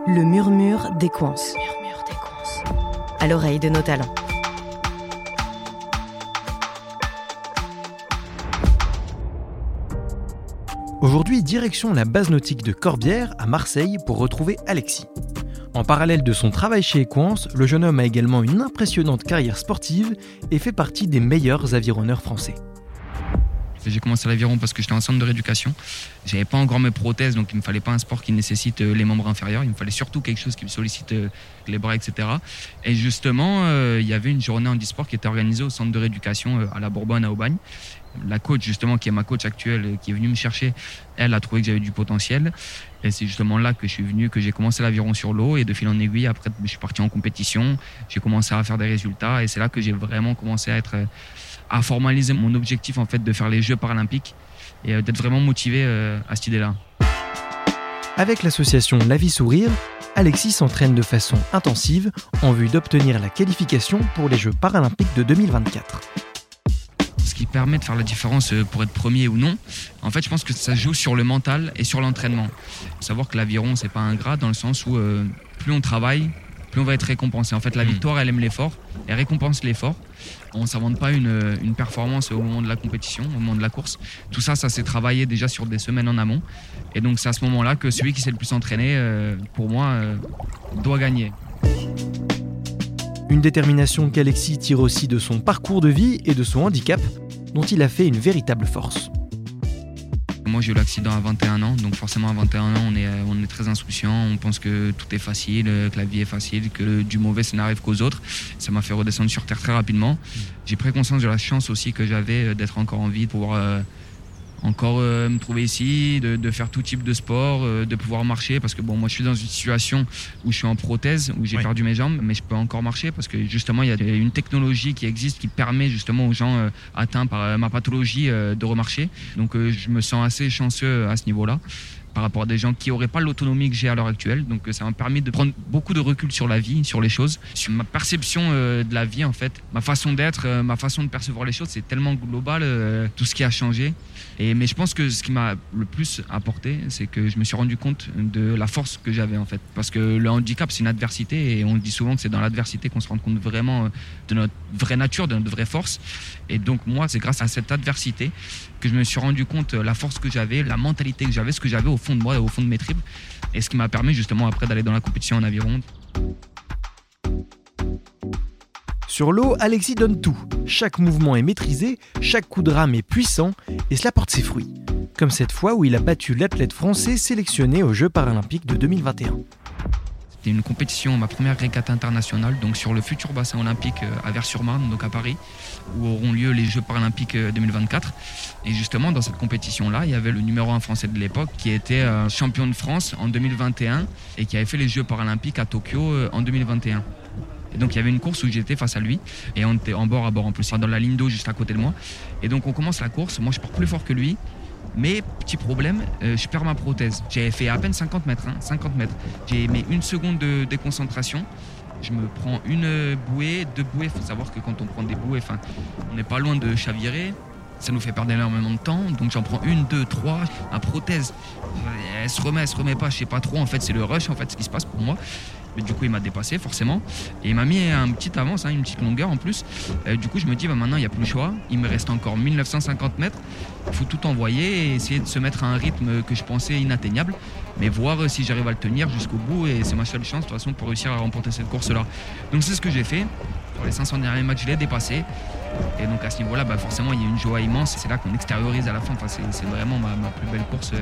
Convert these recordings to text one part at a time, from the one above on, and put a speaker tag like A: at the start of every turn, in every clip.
A: Le murmure des coins. À l'oreille de nos talents.
B: Aujourd'hui, direction la base nautique de Corbière à Marseille pour retrouver Alexis. En parallèle de son travail chez Equans, le jeune homme a également une impressionnante carrière sportive et fait partie des meilleurs avironneurs français.
C: J'ai commencé l'aviron parce que j'étais en centre de rééducation. J'avais pas encore mes prothèses, donc il me fallait pas un sport qui nécessite les membres inférieurs. Il me fallait surtout quelque chose qui me sollicite les bras, etc. Et justement, il y avait une journée handisport qui était organisée au centre de rééducation à la Bourbonne à Aubagne. La coach, justement, qui est ma coach actuelle, qui est venue me chercher, elle a trouvé que j'avais du potentiel. Et c'est justement là que je suis venu, que j'ai commencé l'aviron sur l'eau. Et de fil en aiguille, après, je suis parti en compétition. J'ai commencé à faire des résultats. Et c'est là que j'ai vraiment commencé à formaliser mon objectif, en fait, de faire les Jeux paralympiques et d'être vraiment motivé à cette idée-là.
B: Avec l'association La Vie Sourire, Alexis s'entraîne de façon intensive en vue d'obtenir la qualification pour les Jeux paralympiques de 2024.
C: Ce qui permet de faire la différence pour être premier ou non, en fait, je pense que ça joue sur le mental et sur l'entraînement. Il faut savoir que l'aviron, c'est pas un grade dans le sens où plus on travaille, plus on va être récompensé. En fait, la victoire, elle aime l'effort, elle récompense l'effort. On ne s'invente pas une performance au moment de la compétition, au moment de la course. Tout ça, ça s'est travaillé déjà sur des semaines en amont. Et donc, c'est à ce moment-là que celui qui s'est le plus entraîné, pour moi, doit gagner.
B: Une détermination qu'Alexis tire aussi de son parcours de vie et de son handicap, dont il a fait une véritable force.
C: Moi, j'ai eu l'accident à 21 ans, donc forcément à 21 ans, on est très insouciant, on pense que tout est facile, que la vie est facile, que du mauvais, ça n'arrive qu'aux autres. Ça m'a fait redescendre sur terre très rapidement. J'ai pris conscience de la chance aussi que j'avais d'être encore en vie, de pouvoir me trouver ici, de faire tout type de sport, de pouvoir marcher, parce que bon, moi je suis dans une situation où je suis en prothèse, où j'ai perdu mes jambes, mais je peux encore marcher parce que justement il y a une technologie qui existe qui permet justement aux gens atteints par ma pathologie de remarcher. Donc je me sens assez chanceux à ce niveau-là par rapport à des gens qui n'auraient pas l'autonomie que j'ai à l'heure actuelle. Donc ça m'a permis de prendre beaucoup de recul sur la vie, sur les choses, sur ma perception de la vie en fait. Ma façon d'être, ma façon de percevoir les choses, c'est tellement global, tout ce qui a changé. Mais je pense que ce qui m'a le plus apporté, c'est que je me suis rendu compte de la force que j'avais en fait. Parce que le handicap, c'est une adversité et on dit souvent que c'est dans l'adversité qu'on se rend compte vraiment de notre vraie nature, de notre vraie force. Et donc moi, c'est grâce à cette adversité que je me suis rendu compte la force que j'avais, la mentalité que j'avais, ce que j'avais au fond de moi, au fond de mes tripes. Et ce qui m'a permis justement après d'aller dans la compétition en aviron.
B: Sur l'eau, Alexis donne tout. Chaque mouvement est maîtrisé, chaque coup de rame est puissant et cela porte ses fruits. Comme cette fois où il a battu l'athlète français sélectionné aux Jeux paralympiques de 2021.
C: C'était une compétition, ma première régate internationale, donc sur le futur bassin olympique à Vers-sur-Marne, donc à Paris, où auront lieu les Jeux paralympiques 2024. Et justement, dans cette compétition-là, il y avait le numéro 1 français de l'époque qui était champion de France en 2021 et qui avait fait les Jeux paralympiques à Tokyo en 2021. Et donc il y avait une course où j'étais face à lui et on était en bord à bord en plus, dans la ligne d'eau juste à côté de moi. Et donc on commence la course, moi je pars plus fort que lui, mais petit problème, je perds ma prothèse. J'avais fait à peine 50 mètres. J'ai mis une seconde de déconcentration. Je me prends une bouée, 2 bouées. Il faut savoir que quand on prend des bouées, on n'est pas loin de chavirer. Ça nous fait perdre énormément de temps. Donc j'en prends 1, 2, 3. Ma prothèse, elle se remet pas, je sais pas trop. En fait, c'est le rush, en fait, ce qui se passe pour moi. Mais du coup, il m'a dépassé forcément. Et il m'a mis une petite avance, une petite longueur en plus. Du coup, je me dis, maintenant, il n'y a plus le choix. Il me reste encore 1950 mètres. Il faut tout envoyer et essayer de se mettre à un rythme que je pensais inatteignable. Mais voir si j'arrive à le tenir jusqu'au bout. Et c'est ma seule chance, de toute façon, pour réussir à remporter cette course-là. Donc, c'est ce que j'ai fait. Pour les 500 derniers matchs, je l'ai dépassé. Et donc, à ce niveau-là, forcément, il y a une joie immense. C'est là qu'on extériorise à la fin. C'est vraiment ma plus belle course.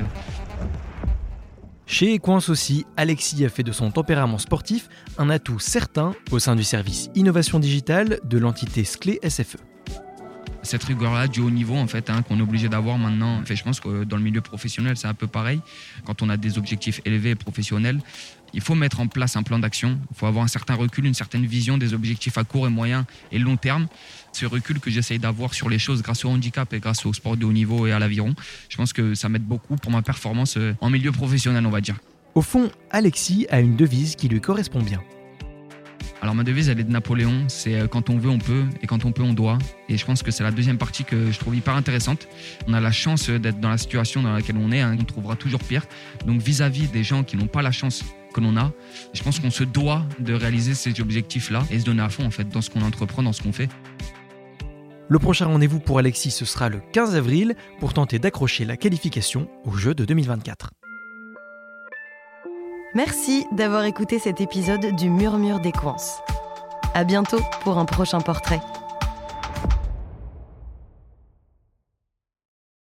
B: Chez Equans aussi, Alexis a fait de son tempérament sportif un atout certain au sein du service innovation digitale de l'entité SCLE SFE.
C: Cette rigueur-là du haut niveau en fait, qu'on est obligé d'avoir maintenant. Je pense que dans le milieu professionnel, c'est un peu pareil. Quand on a des objectifs élevés et professionnels, il faut mettre en place un plan d'action. Il faut avoir un certain recul, une certaine vision des objectifs à court et moyen et long terme. Ce recul que j'essaye d'avoir sur les choses grâce au handicap et grâce au sport de haut niveau et à l'aviron, je pense que ça m'aide beaucoup pour ma performance en milieu professionnel, on va dire.
B: Au fond, Alexis a une devise qui lui correspond bien.
C: Alors ma devise, elle est de Napoléon, c'est quand on veut, on peut, et quand on peut, on doit. Et je pense que c'est la deuxième partie que je trouve hyper intéressante. On a la chance d'être dans la situation dans laquelle on est, on trouvera toujours pire. Donc vis-à-vis des gens qui n'ont pas la chance que l'on a. Je pense qu'on se doit de réaliser ces objectifs-là et se donner à fond en fait dans ce qu'on entreprend, dans ce qu'on fait.
B: Le prochain rendez-vous pour Alexis, ce sera le 15 avril pour tenter d'accrocher la qualification aux Jeux de 2024.
A: Merci d'avoir écouté cet épisode du Murmure des Coins. À bientôt pour un prochain portrait.